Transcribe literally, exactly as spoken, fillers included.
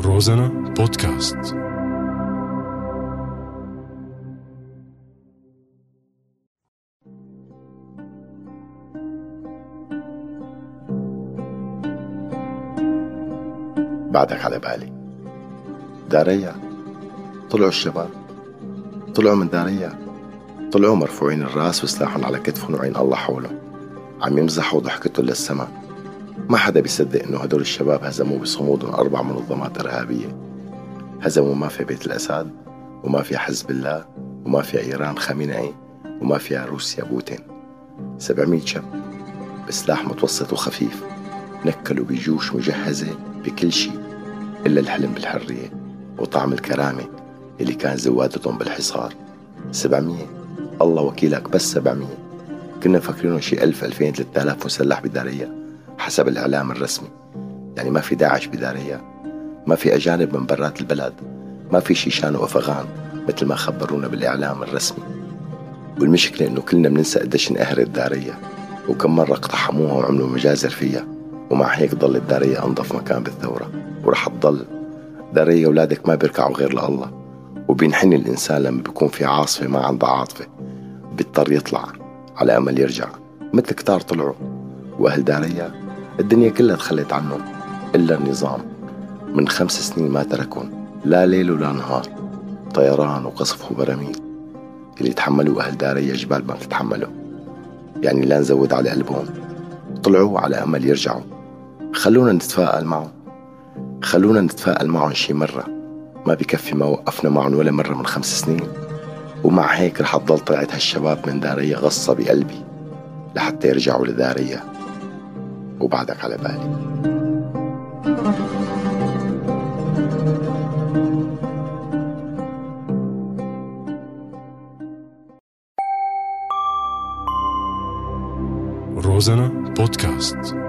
روزانا بودكاست. بعدك على بالي. داريا طلعوا الشباب، طلعوا من داريا، طلعوا مرفوعين الراس وسلاحهم على كتفهم وعين الله حولهم، عم يمزحوا ضحكتهم للسماء. ما حدا بيصدق انه هدول الشباب هزموا بصمودهم اربع منظمات ارهابية. هزموا ما في بيت الاسد، وما في حزب الله، وما في ايران خامنئي، وما في روسيا بوتين. سبعمية شاب بسلاح متوسط وخفيف، نكلوا بجيوش مجهزة بكل شيء إلا الحلم بالحرية وطعم الكرامة اللي كان زوادتهم بالحصار. سبعمية، الله وكيلك، بس سبعمية. كنا فاكرينه شي ألف ألفين ثلاثة آلاف مسلح بداريا حسب الإعلام الرسمي. يعني ما في داعش بداريا، ما في أجانب من برات البلد، ما في شيشان وأفغان مثل ما خبرونا بالإعلام الرسمي. والمشكلة إنه كلنا بننسى قديش انقهرت داريا وكم مرة اقتحموها وعملوا مجازر فيها، ومع هيك ضلت داريا أنظف مكان بالثورة ورح تضل. داريا أولادك ما بيركعوا غير لله، وبينحني الإنسان لما بيكون في عاصفة ما عنده عاطفة، بيضطر يطلع على أمل يرجع. مثل كتار طلعوا، وأهل داريا الدنيا كلها تخلت عنهم إلا النظام. من خمس سنين ما تركون لا ليل ولا نهار، طيران وقصف وبراميل اللي يتحملوا أهل داريا جبال ما تتحملوا. يعني لا نزود على قلبهم، طلعوا على أمل يرجعوا. خلونا نتفائل معهم، خلونا نتفائل معهم شي مرة. ما بكفي ما وقفنا معهم ولا مرة من خمس سنين؟ ومع هيك رح تضل طلعت هالشباب من داريا غصة بقلبي لحتى يرجعوا لداريا. وبعدك على بالي. روزانا بودكاست.